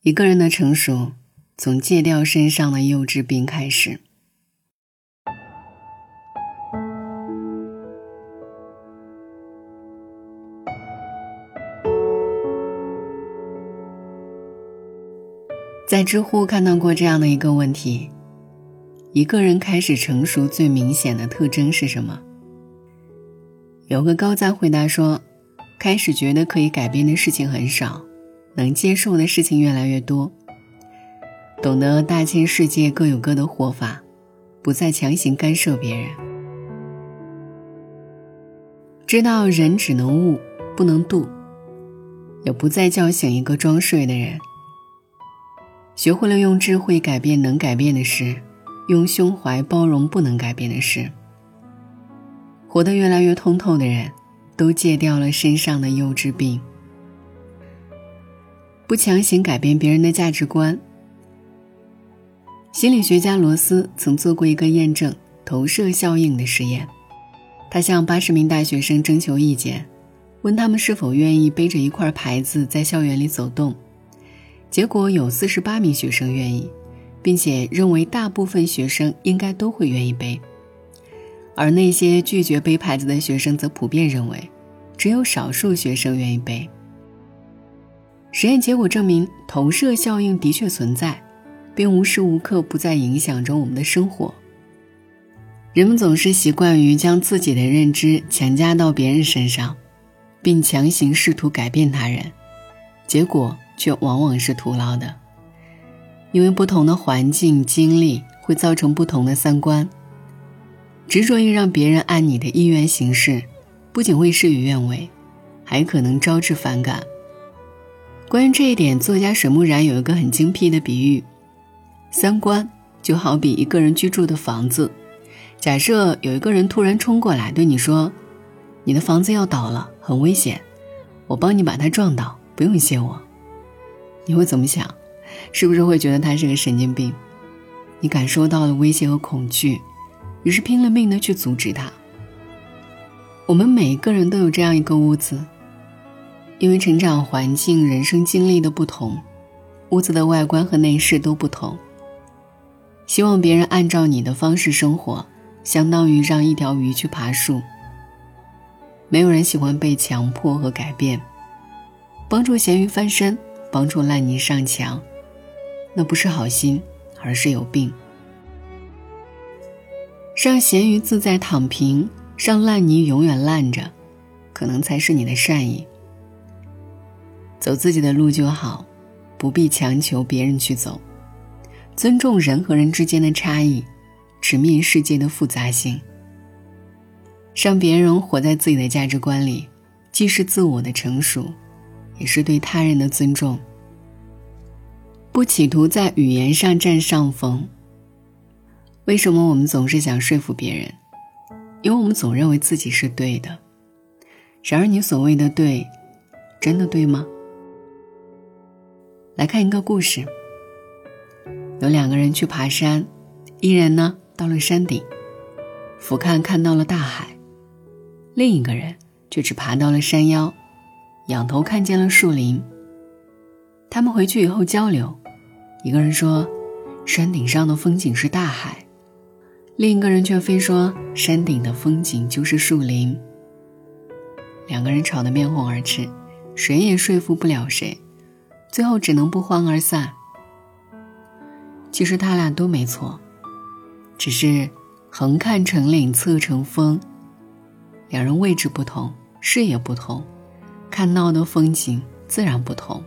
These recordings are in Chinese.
一个人的成熟，从戒掉身上的幼稚病开始。在知乎看到过这样的一个问题：一个人开始成熟最明显的特征是什么？有个高赞回答说，开始觉得可以改变的事情很少，能接受的事情越来越多，懂得大千世界各有各的活法，不再强行干涉别人，知道人只能悟不能度，也不再叫醒一个装睡的人，学会了用智慧改变能改变的事，用胸怀包容不能改变的事。活得越来越通透的人，都戒掉了身上的幼稚病，不强行改变别人的价值观。心理学家罗斯曾做过一个验证投射效应的实验，他向80名大学生征求意见，问他们是否愿意背着一块牌子在校园里走动。结果有48名学生愿意，并且认为大部分学生应该都会愿意背，而那些拒绝背牌子的学生则普遍认为只有少数学生愿意背。实验结果证明，投射效应的确存在，并无时无刻不在影响着我们的生活。人们总是习惯于将自己的认知强加到别人身上，并强行试图改变他人，结果却往往是徒劳的。因为不同的环境经历会造成不同的三观，执着于让别人按你的意愿行事，不仅会事与愿违，还可能招致反感。关于这一点，作家水木然有一个很精辟的比喻，三观就好比一个人居住的房子，假设有一个人突然冲过来对你说，你的房子要倒了，很危险，我帮你把它撞倒，不用谢我。你会怎么想？是不是会觉得他是个神经病？你感受到了威胁和恐惧，于是拼了命地去阻止他。我们每一个人都有这样一个屋子，因为成长环境、人生经历的不同，屋子的外观和内饰都不同。希望别人按照你的方式生活，相当于让一条鱼去爬树。没有人喜欢被强迫和改变，帮助咸鱼翻身，帮助烂泥上墙，那不是好心，而是有病。让咸鱼自在躺平，让烂泥永远烂着，可能才是你的善意。走自己的路就好，不必强求别人去走。尊重人和人之间的差异，直面世界的复杂性。让别人活在自己的价值观里，既是自我的成熟，也是对他人的尊重。不企图在语言上占上风。为什么我们总是想说服别人？因为我们总认为自己是对的。然而你所谓的对，真的对吗？来看一个故事。有2个人去爬山，一人呢到了山顶，俯瞰看到了大海，另一个人却只爬到了山腰，仰头看见了树林。他们回去以后交流，一个人说山顶上的风景是大海，另一个人却非说山顶的风景就是树林。2个人吵得面红耳赤，谁也说服不了谁，最后只能不欢而散。其实他俩都没错，只是横看成岭侧成峰，2人位置不同，视野不同，看到的风景自然不同。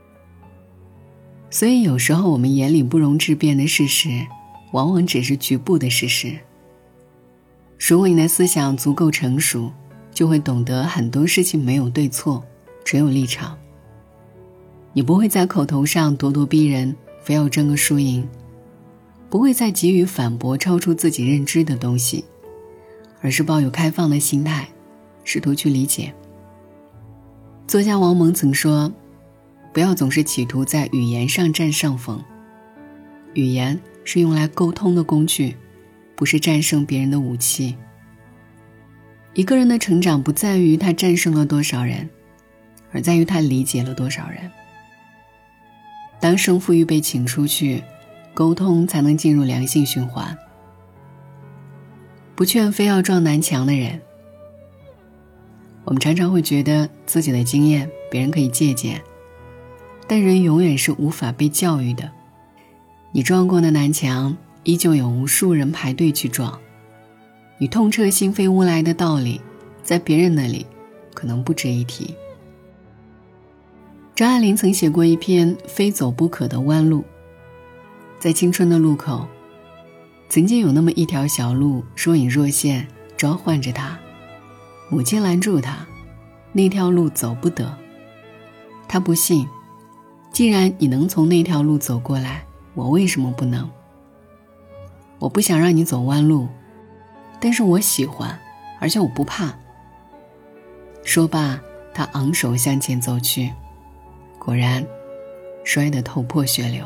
所以有时候我们眼里不容置辩的事实，往往只是局部的事实。如果你的思想足够成熟，就会懂得很多事情没有对错，只有立场。你不会在口头上咄咄逼人，非要争个输赢，不会再急于反驳超出自己认知的东西，而是抱有开放的心态，试图去理解。作家王蒙曾说，不要总是企图在语言上占上风，语言是用来沟通的工具，不是战胜别人的武器。一个人的成长不在于他战胜了多少人，而在于他理解了多少人。当当胜负欲被请出去，沟通才能进入良性循环。不劝非要撞南墙的人。我们常常会觉得自己的经验别人可以借鉴，但人永远是无法被教育的。你撞过的南墙依旧有无数人排队去撞，你痛彻心扉无来的道理在别人那里可能不值一提。张爱玲曾写过一篇非走不可的弯路。在青春的路口，曾经有那么一条小路若隐若现召唤着她，母亲拦住她，那条路走不得。她不信，既然你能从那条路走过来，我为什么不能？我不想让你走弯路，但是我喜欢，而且我不怕。说罢，她昂首向前走去，果然摔得头破血流。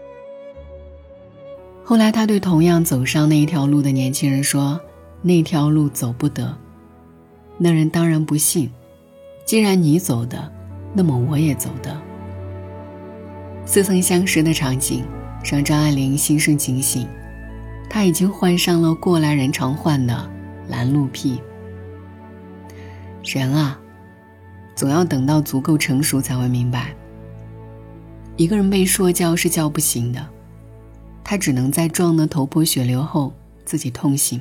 后来他对同样走上那一条路的年轻人说，那条路走不得。那人当然不信，既然你走的，那么我也走的。似曾相识的场景让张爱玲心生警醒，她已经患上了过来人常患的拦路癖。人啊，总要等到足够成熟才会明白，一个人被说教是叫不醒的，他只能在撞得头破血流后自己痛醒。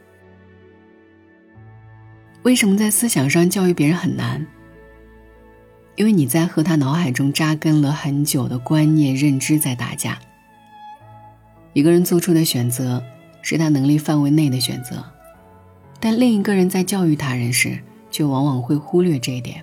为什么在思想上教育别人很难？因为你在和他脑海中扎根了很久的观念认知在打架。一个人做出的选择是他能力范围内的选择，但另一个人在教育他人时却往往会忽略这一点。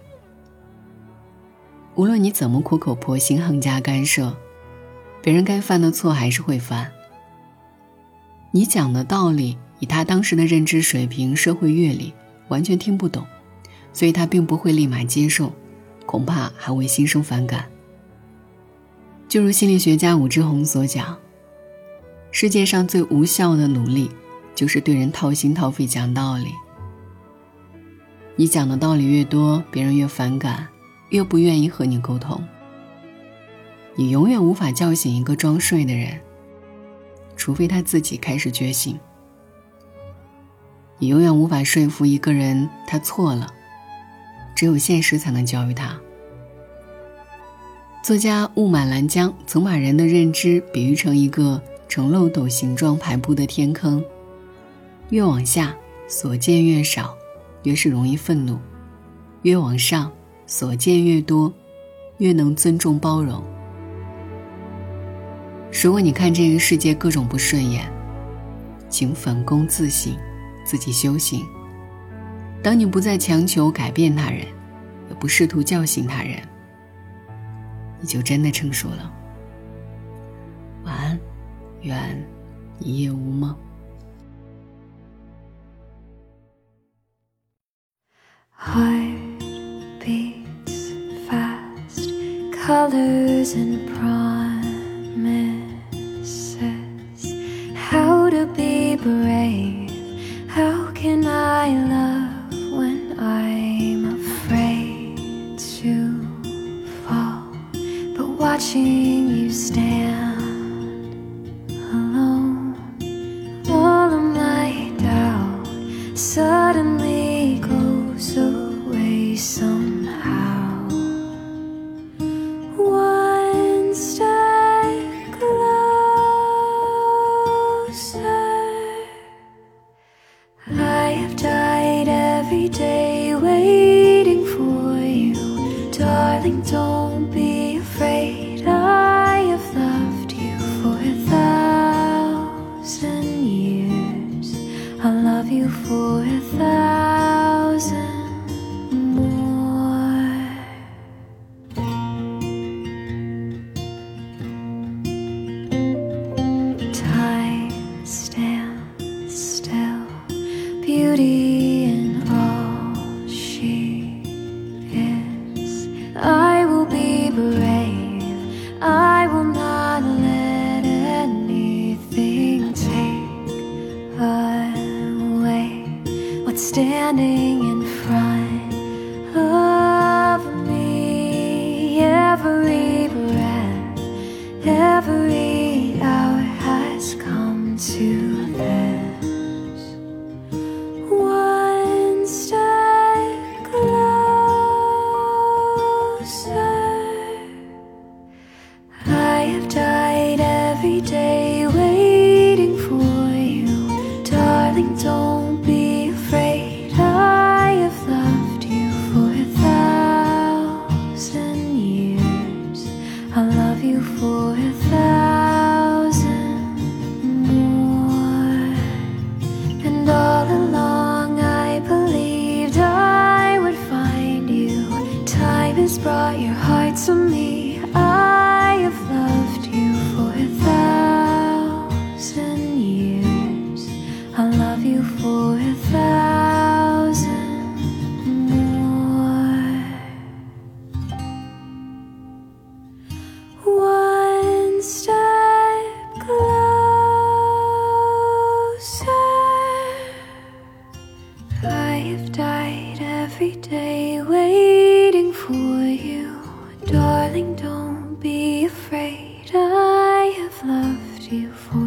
无论你怎么苦口婆心横加干涉，别人该犯的错还是会犯。你讲的道理以他当时的认知水平、社会阅历完全听不懂，所以他并不会立马接受，恐怕还会心生反感。就如心理学家武志红所讲，世界上最无效的努力就是对人掏心掏肺讲道理。你讲的道理越多，别人越反感，越不愿意和你沟通。你永远无法叫醒一个装睡的人，除非他自己开始觉醒。你永远无法说服一个人他错了，只有现实才能教育他。作家雾满兰江曾把人的认知比喻成一个呈漏斗形状排布的天坑，越往下所见越少，越是容易愤怒；越往上所见越多，越能尊重包容。如果你看这个世界各种不顺眼，请反躬自省，自己修行。当你不再强求改变他人，也不试图叫醒他人，你就真的成熟了。晚安，愿一夜无梦。 Heart beats fast, colors and promises. How to be brave? How can I love when I'm afraid to fall? But watching you stand alone, all of my doubt suddenly goes away somehow. One step closer. I have died every day waiting for you. Darling, don't be afraid. I have loved you for 1,000 years. I'll love you for 1,000 more. Time stands still, beauty in all she is. I will be brave, I will not let anything take away what's standing in front of me. Every breath, Every hour has come to this. One step closer. I have died every day waiting for you. Darling, don't be afraid. I have loved you for 1,000 years. I'll love you for 1,000 more. And all along I believed I would find you. Time has brought your heart to me. I have loved you for 1,000 years. I'll love you for 1,000 more. One step closer. I have died every day waiting for you. Darling, don't be afraid. I have loved you for